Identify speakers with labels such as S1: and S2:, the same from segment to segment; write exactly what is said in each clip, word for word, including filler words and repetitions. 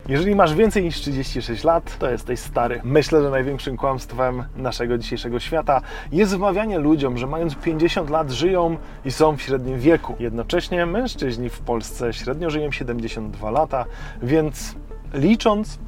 S1: Jeżeli masz więcej niż trzydzieści sześć lat, to jesteś stary. Myślę, że największym kłamstwem naszego dzisiejszego świata jest wmawianie ludziom, że mając pięćdziesiąt lat żyją i są w średnim wieku. Jednocześnie mężczyźni w Polsce średnio żyją siedemdziesiąt dwa lata, więc licząc,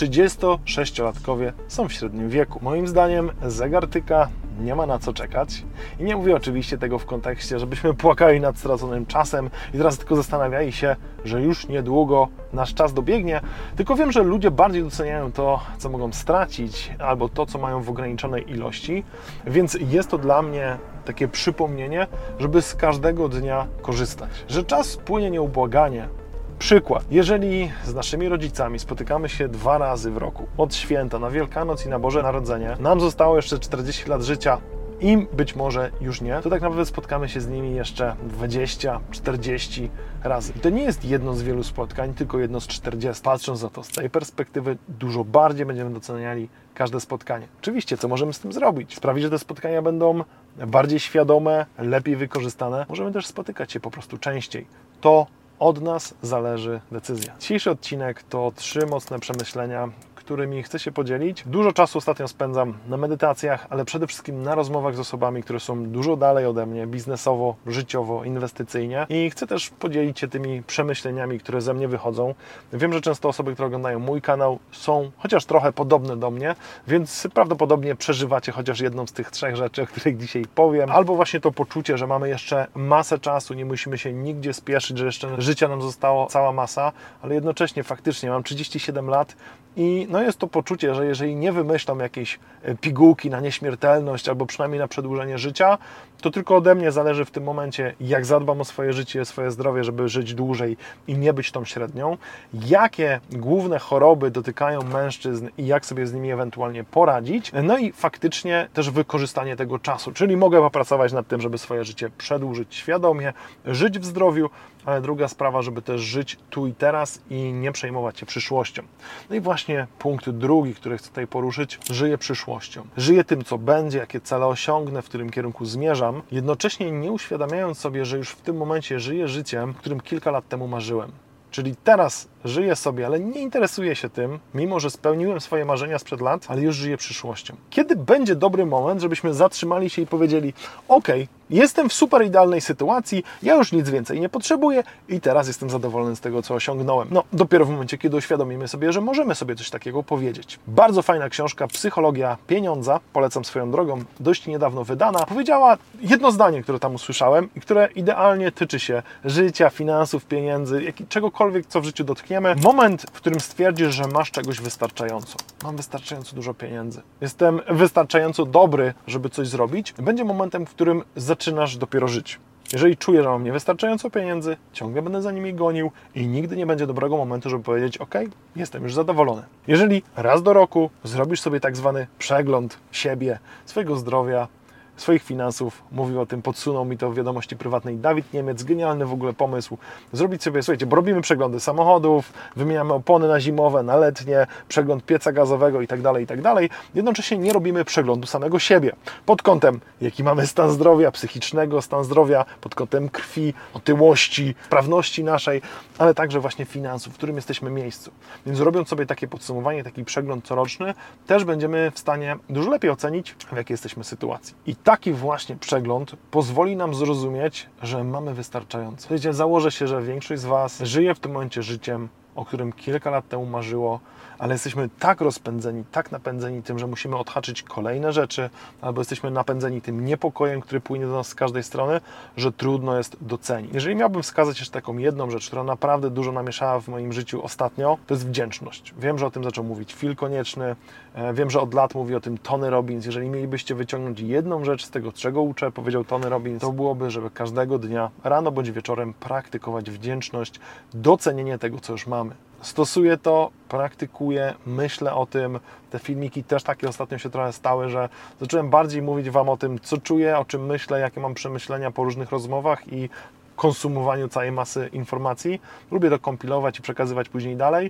S1: trzydziestosześciolatkowie są w średnim wieku. Moim zdaniem zegar tyka, nie ma na co czekać. I nie mówię oczywiście tego w kontekście, żebyśmy płakali nad straconym czasem i teraz tylko zastanawiali się, że już niedługo nasz czas dobiegnie, tylko wiem, że ludzie bardziej doceniają to, co mogą stracić, albo to, co mają w ograniczonej ilości, więc jest to dla mnie takie przypomnienie, żeby z każdego dnia korzystać. Że czas płynie nieubłaganie. Przykład. Jeżeli z naszymi rodzicami spotykamy się dwa razy w roku, od święta, na Wielkanoc i na Boże Narodzenie, nam zostało jeszcze czterdzieści lat życia, im być może już nie, to tak naprawdę spotkamy się z nimi jeszcze dwadzieścia czterdzieści razy. I to nie jest jedno z wielu spotkań, tylko jedno z czterdziestu. Patrząc na to z tej perspektywy, dużo bardziej będziemy doceniali każde spotkanie. Oczywiście, co możemy z tym zrobić? Sprawić, że te spotkania będą bardziej świadome, lepiej wykorzystane. Możemy też spotykać się po prostu częściej. To od nas zależy decyzja. Dzisiejszy odcinek to trzy mocne przemyślenia, którymi chcę się podzielić. Dużo czasu ostatnio spędzam na medytacjach, ale przede wszystkim na rozmowach z osobami, które są dużo dalej ode mnie, biznesowo, życiowo, inwestycyjnie i chcę też podzielić się tymi przemyśleniami, które ze mnie wychodzą. Wiem, że często osoby, które oglądają mój kanał, są chociaż trochę podobne do mnie, więc prawdopodobnie przeżywacie chociaż jedną z tych trzech rzeczy, o których dzisiaj powiem, albo właśnie to poczucie, że mamy jeszcze masę czasu, nie musimy się nigdzie spieszyć, że jeszcze życia nam zostało cała masa, ale jednocześnie faktycznie mam trzydzieści siedem lat i no jest to poczucie, że jeżeli nie wymyślam jakiejś pigułki na nieśmiertelność albo przynajmniej na przedłużenie życia, to tylko ode mnie zależy w tym momencie, jak zadbam o swoje życie, swoje zdrowie, żeby żyć dłużej i nie być tą średnią, jakie główne choroby dotykają mężczyzn i jak sobie z nimi ewentualnie poradzić, no i faktycznie też wykorzystanie tego czasu, czyli mogę popracować nad tym, żeby swoje życie przedłużyć świadomie, żyć w zdrowiu, ale druga sprawa, żeby też żyć tu i teraz i nie przejmować się przyszłością. No i właśnie punkt drugi, który chcę tutaj poruszyć, żyję przyszłością. Żyję tym, co będzie, jakie cele osiągnę, w którym kierunku zmierzam, jednocześnie nie uświadamiając sobie, że już w tym momencie żyję życiem, którym kilka lat temu marzyłem. Czyli teraz żyję sobie, ale nie interesuję się tym, mimo że spełniłem swoje marzenia sprzed lat, ale już żyję przyszłością. Kiedy będzie dobry moment, żebyśmy zatrzymali się i powiedzieli: ok, jestem w super idealnej sytuacji, ja już nic więcej nie potrzebuję i teraz jestem zadowolony z tego, co osiągnąłem. No, dopiero w momencie, kiedy uświadomimy sobie, że możemy sobie coś takiego powiedzieć. Bardzo fajna książka Psychologia Pieniądza, polecam swoją drogą, dość niedawno wydana, powiedziała jedno zdanie, które tam usłyszałem i które idealnie tyczy się życia, finansów, pieniędzy, jak, czegokolwiek, co w życiu dotkniemy. Moment, w którym stwierdzisz, że masz czegoś wystarczająco. Mam wystarczająco dużo pieniędzy. Jestem wystarczająco dobry, żeby coś zrobić. Będzie momentem, w którym zaczynasz dopiero żyć. Jeżeli czuję, że mam niewystarczająco pieniędzy, ciągle będę za nimi gonił i nigdy nie będzie dobrego momentu, żeby powiedzieć: ok, jestem już zadowolony. Jeżeli raz do roku zrobisz sobie tak zwany przegląd siebie, swojego zdrowia, swoich finansów, mówił o tym, podsunął mi to w wiadomości prywatnej Dawid Niemiec, genialny w ogóle pomysł, zrobić sobie, słuchajcie, bo robimy przeglądy samochodów, wymieniamy opony na zimowe, na letnie, przegląd pieca gazowego i tak dalej, i tak dalej. Jednocześnie nie robimy przeglądu samego siebie, pod kątem, jaki mamy stan zdrowia psychicznego, stan zdrowia, pod kątem krwi, otyłości, sprawności naszej, ale także właśnie finansów, w którym jesteśmy miejscu. Więc robiąc sobie takie podsumowanie, taki przegląd coroczny, też będziemy w stanie dużo lepiej ocenić, w jakiej jesteśmy sytuacji. I taki właśnie przegląd pozwoli nam zrozumieć, że mamy wystarczająco. Wiecie, założę się, że większość z Was żyje w tym momencie życiem, o którym kilka lat temu marzyło, ale jesteśmy tak rozpędzeni, tak napędzeni tym, że musimy odhaczyć kolejne rzeczy, albo jesteśmy napędzeni tym niepokojem, który płynie do nas z każdej strony, że trudno jest docenić. Jeżeli miałbym wskazać jeszcze taką jedną rzecz, która naprawdę dużo namieszała w moim życiu ostatnio, to jest wdzięczność. Wiem, że o tym zaczął mówić Phil Konieczny, wiem, że od lat mówi o tym Tony Robbins. Jeżeli mielibyście wyciągnąć jedną rzecz z tego, czego uczę, powiedział Tony Robbins, to byłoby, żeby każdego dnia, rano bądź wieczorem, praktykować wdzięczność, docenienie tego, co już mamy. Stosuję to, praktykuję, myślę o tym. Te filmiki też takie ostatnio się trochę stały, że zacząłem bardziej mówić Wam o tym, co czuję, o czym myślę, jakie mam przemyślenia po różnych rozmowach i konsumowaniu całej masy informacji. Lubię to kompilować i przekazywać później dalej,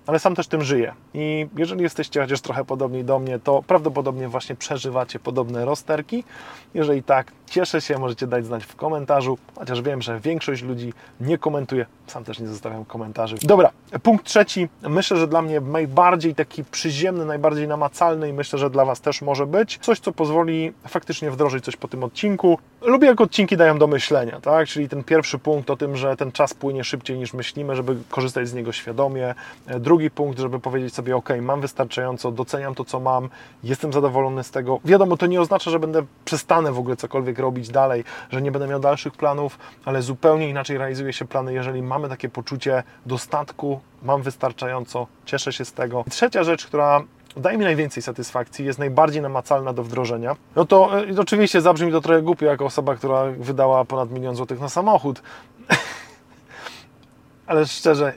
S1: ale sam też tym żyję. I jeżeli jesteście chociaż trochę podobni do mnie, to prawdopodobnie właśnie przeżywacie podobne rozterki. Jeżeli tak, cieszę się, możecie dać znać w komentarzu, chociaż wiem, że większość ludzi nie komentuje. Sam też nie zostawiam komentarzy. Dobra, punkt trzeci. Myślę, że dla mnie najbardziej taki przyziemny, najbardziej namacalny i myślę, że dla Was też może być. Coś, co pozwoli faktycznie wdrożyć coś po tym odcinku. Lubię, jak odcinki dają do myślenia, tak? Czyli ten pierwszy punkt o tym, że ten czas płynie szybciej niż myślimy, żeby korzystać z niego świadomie. Drugi punkt, żeby powiedzieć sobie, ok, mam wystarczająco, doceniam to, co mam, jestem zadowolony z tego. Wiadomo, to nie oznacza, że będę przestanę w ogóle cokolwiek robić dalej, że nie będę miał dalszych planów, ale zupełnie inaczej realizuje się plany, jeżeli mamy takie poczucie dostatku, mam wystarczająco, cieszę się z tego. I trzecia rzecz, która daje mi najwięcej satysfakcji, jest najbardziej namacalna do wdrożenia. No to e, oczywiście zabrzmi to trochę głupio, jako osoba, która wydała ponad milion złotych na samochód. Ale szczerze,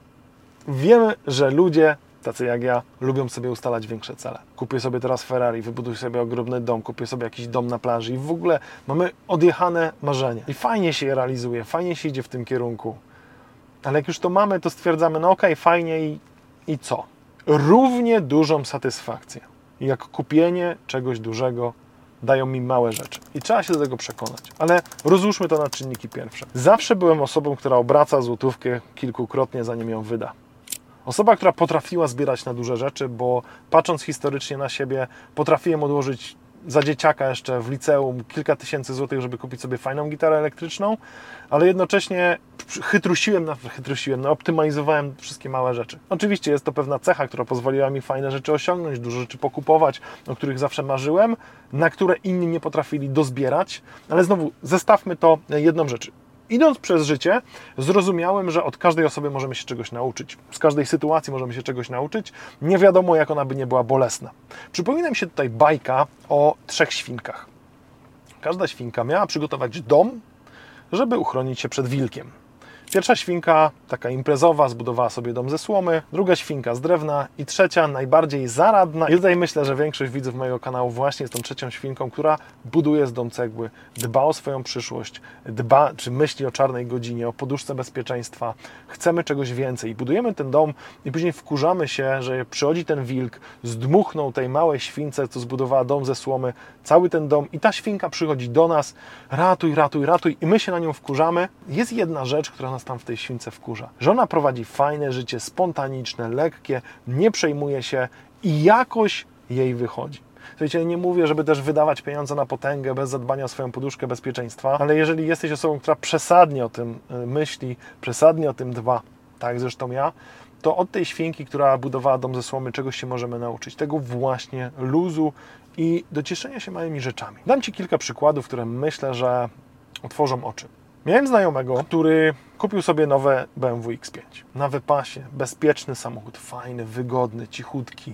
S1: wiemy, że ludzie, tacy jak ja, lubią sobie ustalać większe cele. Kupię sobie teraz Ferrari, wybuduję sobie ogromny dom, kupię sobie jakiś dom na plaży i w ogóle mamy odjechane marzenie. I fajnie się je realizuje, fajnie się idzie w tym kierunku. Ale jak już to mamy, to stwierdzamy, no okej, okay, fajnie i, i co? Równie dużą satysfakcję, jak kupienie czegoś dużego, dają mi małe rzeczy. I trzeba się do tego przekonać. Ale rozłóżmy to na czynniki pierwsze. Zawsze byłem osobą, która obraca złotówkę kilkukrotnie, zanim ją wyda. Osoba, która potrafiła zbierać na duże rzeczy, bo patrząc historycznie na siebie, potrafiłem odłożyć za dzieciaka jeszcze w liceum kilka tysięcy złotych, żeby kupić sobie fajną gitarę elektryczną, ale jednocześnie chytrusiłem, na, chytrusiłem, no, optymalizowałem wszystkie małe rzeczy. Oczywiście jest to pewna cecha, która pozwoliła mi fajne rzeczy osiągnąć, dużo rzeczy pokupować, o których zawsze marzyłem, na które inni nie potrafili dozbierać, ale znowu zestawmy to jedną rzecz. Idąc przez życie, zrozumiałem, że od każdej osoby możemy się czegoś nauczyć. Z każdej sytuacji możemy się czegoś nauczyć. Nie wiadomo, jak ona by nie była bolesna. Przypomina mi się tutaj bajka o trzech świnkach. Każda świnka miała przygotować dom, żeby uchronić się przed wilkiem. Pierwsza świnka, taka imprezowa, zbudowała sobie dom ze słomy, druga świnka z drewna i trzecia, najbardziej zaradna. I tutaj myślę, że większość widzów mojego kanału właśnie jest tą trzecią świnką, która buduje z dom cegły, dba o swoją przyszłość, dba, czy myśli o czarnej godzinie, o poduszce bezpieczeństwa. Chcemy czegoś więcej. Budujemy ten dom i później wkurzamy się, że przychodzi ten wilk, zdmuchnął tej małej śwince, co zbudowała dom ze słomy, cały ten dom i ta świnka przychodzi do nas, ratuj, ratuj, ratuj i my się na nią wkurzamy. Jest jedna rzecz, która nas tam w tej śwince wkurza. Że ona prowadzi fajne życie, spontaniczne, lekkie, nie przejmuje się i jakoś jej wychodzi. Słuchajcie, nie mówię, żeby też wydawać pieniądze na potęgę bez zadbania o swoją poduszkę bezpieczeństwa, ale jeżeli jesteś osobą, która przesadnie o tym myśli, przesadnie o tym dba, tak zresztą ja, to od tej świnki, która budowała dom ze słomy, czegoś się możemy nauczyć. Tego właśnie luzu i docieszenia się małymi rzeczami. Dam Ci kilka przykładów, które myślę, że otworzą oczy. Miałem znajomego, który kupił sobie nowe B M W X pięć. Na wypasie, bezpieczny samochód, fajny, wygodny, cichutki.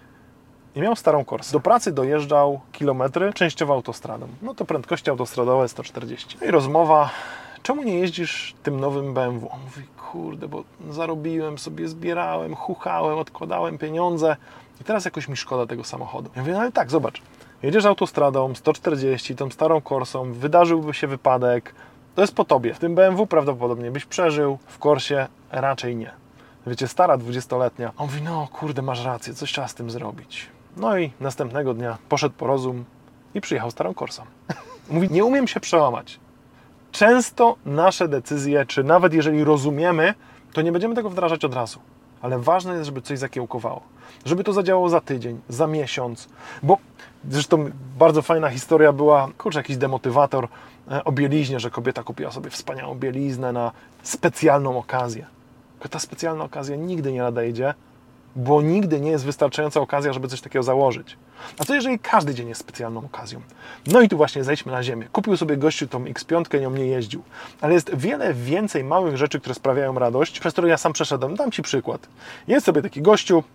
S1: I miał starą Corsę. Do pracy dojeżdżał kilometry, częściowo autostradą. No to prędkości autostradowe sto czterdzieści. No i rozmowa, czemu nie jeździsz tym nowym B M W? On mówi, kurde, bo zarobiłem sobie, zbierałem, chuchałem, odkładałem pieniądze i teraz jakoś mi szkoda tego samochodu. Ja mówię, no ale tak, zobacz, jedziesz autostradą sto czterdzieści, tą starą Corsą, wydarzyłby się wypadek, to jest po tobie. W tym B M W prawdopodobnie byś przeżył, w Corsie raczej nie. Wiecie, stara dwudziestoletnia. On mówi, no kurde, masz rację, coś trzeba z tym zrobić. No i następnego dnia poszedł po rozum i przyjechał starą Corsą. Mówi, nie umiem się przełamać. Często nasze decyzje, czy nawet jeżeli rozumiemy, to nie będziemy tego wdrażać od razu. Ale ważne jest, żeby coś zakiełkowało. Żeby to zadziałało za tydzień, za miesiąc. Bo zresztą bardzo fajna historia była, kurczę, jakiś demotywator o bieliźnie, że kobieta kupiła sobie wspaniałą bieliznę na specjalną okazję. Tylko ta specjalna okazja nigdy nie nadejdzie, bo nigdy nie jest wystarczająca okazja, żeby coś takiego założyć. A co jeżeli każdy dzień jest specjalną okazją? No i tu właśnie zejdźmy na ziemię. Kupił sobie gościu tą X pięć, nią nie jeździł. Ale jest wiele więcej małych rzeczy, które sprawiają radość, przez które ja sam przeszedłem. Dam Ci przykład. Jest sobie taki gościu,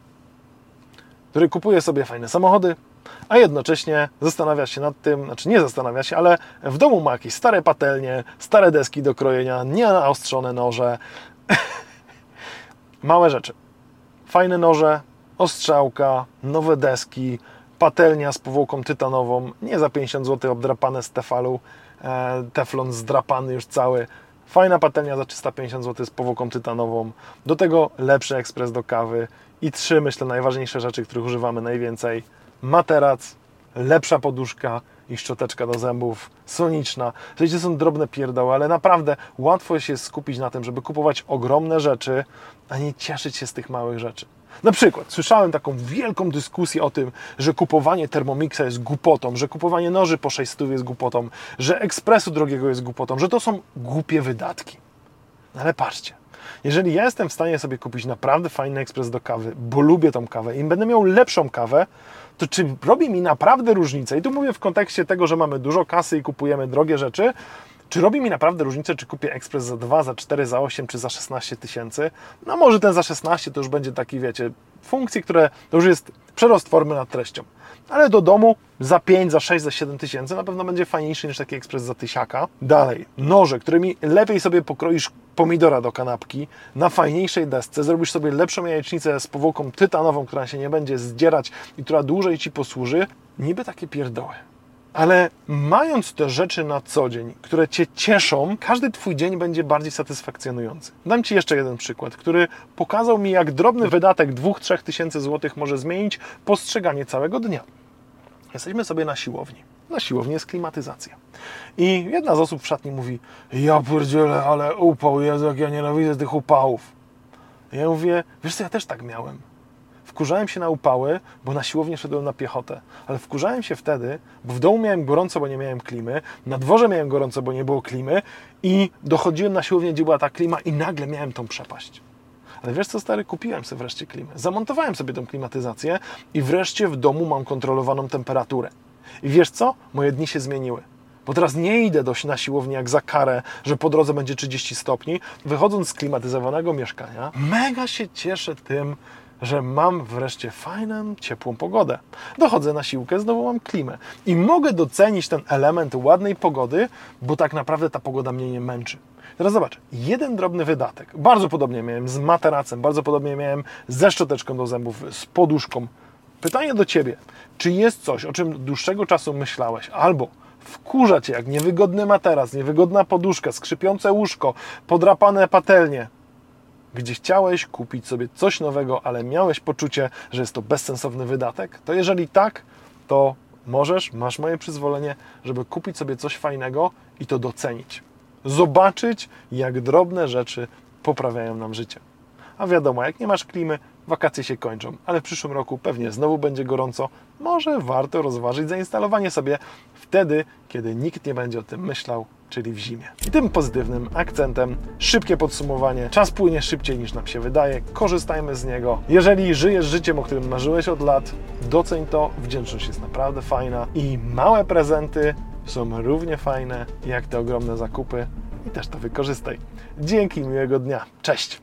S1: który kupuje sobie fajne samochody, a jednocześnie zastanawia się nad tym, znaczy nie zastanawia się, ale w domu ma jakieś stare patelnie, stare deski do krojenia, nienaostrzone noże. Małe rzeczy. Fajne noże, ostrzałka, nowe deski, patelnia z powłoką tytanową, nie za pięćdziesiąt złotych obdrapane z tefalu, e, teflon zdrapany już cały. fajna patelnia za trzysta pięćdziesiąt złotych z powłoką tytanową, do tego lepszy ekspres do kawy i trzy, myślę, najważniejsze rzeczy, których używamy najwięcej. Materac, lepsza poduszka i szczoteczka do zębów, soniczna. Słuchajcie, są drobne pierdoły, ale naprawdę łatwo się skupić na tym, żeby kupować ogromne rzeczy, a nie cieszyć się z tych małych rzeczy. Na przykład słyszałem taką wielką dyskusję o tym, że kupowanie Thermomixa jest głupotą, że kupowanie noży po sześć stów jest głupotą, że ekspresu drogiego jest głupotą, że to są głupie wydatki. Ale patrzcie, jeżeli ja jestem w stanie sobie kupić naprawdę fajny ekspres do kawy, bo lubię tą kawę i będę miał lepszą kawę, to czy robi mi naprawdę różnicę? I tu mówię w kontekście tego, że mamy dużo kasy i kupujemy drogie rzeczy. Czy robi mi naprawdę różnicę, czy kupię ekspres za dwa, za cztery, za osiem, czy za szesnaście tysięcy? No może ten za szesnaście to już będzie taki, wiecie, funkcji, które to już jest przerost formy nad treścią. Ale do domu za pięć, za sześć, za siedem tysięcy na pewno będzie fajniejszy niż taki ekspres za tysiaka. Dalej, noże, którymi lepiej sobie pokroisz pomidora do kanapki na fajniejszej desce, zrobisz sobie lepszą jajecznicę z powłoką tytanową, która się nie będzie zdzierać i która dłużej Ci posłuży. Niby takie pierdoły. Ale mając te rzeczy na co dzień, które Cię cieszą, każdy Twój dzień będzie bardziej satysfakcjonujący. Dam Ci jeszcze jeden przykład, który pokazał mi, jak drobny wydatek dwa do trzech tysięcy złotych może zmienić postrzeganie całego dnia. Jesteśmy sobie na siłowni. Na siłowni jest klimatyzacja. I jedna z osób w szatni mówi: ja pierdzielę, ale upał, Jezu, jak ja nienawidzę tych upałów. Ja mówię: wiesz co, ja też tak miałem. Wkurzałem się na upały, bo na siłownię szedłem na piechotę, ale wkurzałem się wtedy, bo w domu miałem gorąco, bo nie miałem klimy, na dworze miałem gorąco, bo nie było klimy i dochodziłem na siłownię, gdzie była ta klima i nagle miałem tą przepaść. Ale wiesz co, stary, kupiłem sobie wreszcie klimę, zamontowałem sobie tą klimatyzację i wreszcie w domu mam kontrolowaną temperaturę. I wiesz co? Moje dni się zmieniły. Bo teraz nie idę do, na siłownię jak za karę, że po drodze będzie trzydzieści stopni. Wychodząc z klimatyzowanego mieszkania, mega się cieszę tym, że mam wreszcie fajną, ciepłą pogodę. Dochodzę na siłkę, znowu mam klimę. I mogę docenić ten element ładnej pogody, bo tak naprawdę ta pogoda mnie nie męczy. Teraz zobacz, jeden drobny wydatek. Bardzo podobnie miałem z materacem, bardzo podobnie miałem ze szczoteczką do zębów, z poduszką. Pytanie do Ciebie, czy jest coś, o czym dłuższego czasu myślałeś, albo wkurza Cię jak niewygodny materac, niewygodna poduszka, skrzypiące łóżko, podrapane patelnie, gdzie chciałeś kupić sobie coś nowego, ale miałeś poczucie, że jest to bezsensowny wydatek? To jeżeli tak, to możesz, masz moje przyzwolenie, żeby kupić sobie coś fajnego i to docenić. Zobaczyć, jak drobne rzeczy poprawiają nam życie. A wiadomo, jak nie masz klimy, wakacje się kończą, ale w przyszłym roku pewnie znowu będzie gorąco. Może warto rozważyć zainstalowanie sobie wtedy, kiedy nikt nie będzie o tym myślał, czyli w zimie. I tym pozytywnym akcentem szybkie podsumowanie. Czas płynie szybciej niż nam się wydaje. Korzystajmy z niego. Jeżeli żyjesz życiem, o którym marzyłeś od lat, doceń to. Wdzięczność jest naprawdę fajna i małe prezenty są równie fajne jak te ogromne zakupy i też to wykorzystaj. Dzięki, miłego dnia. Cześć!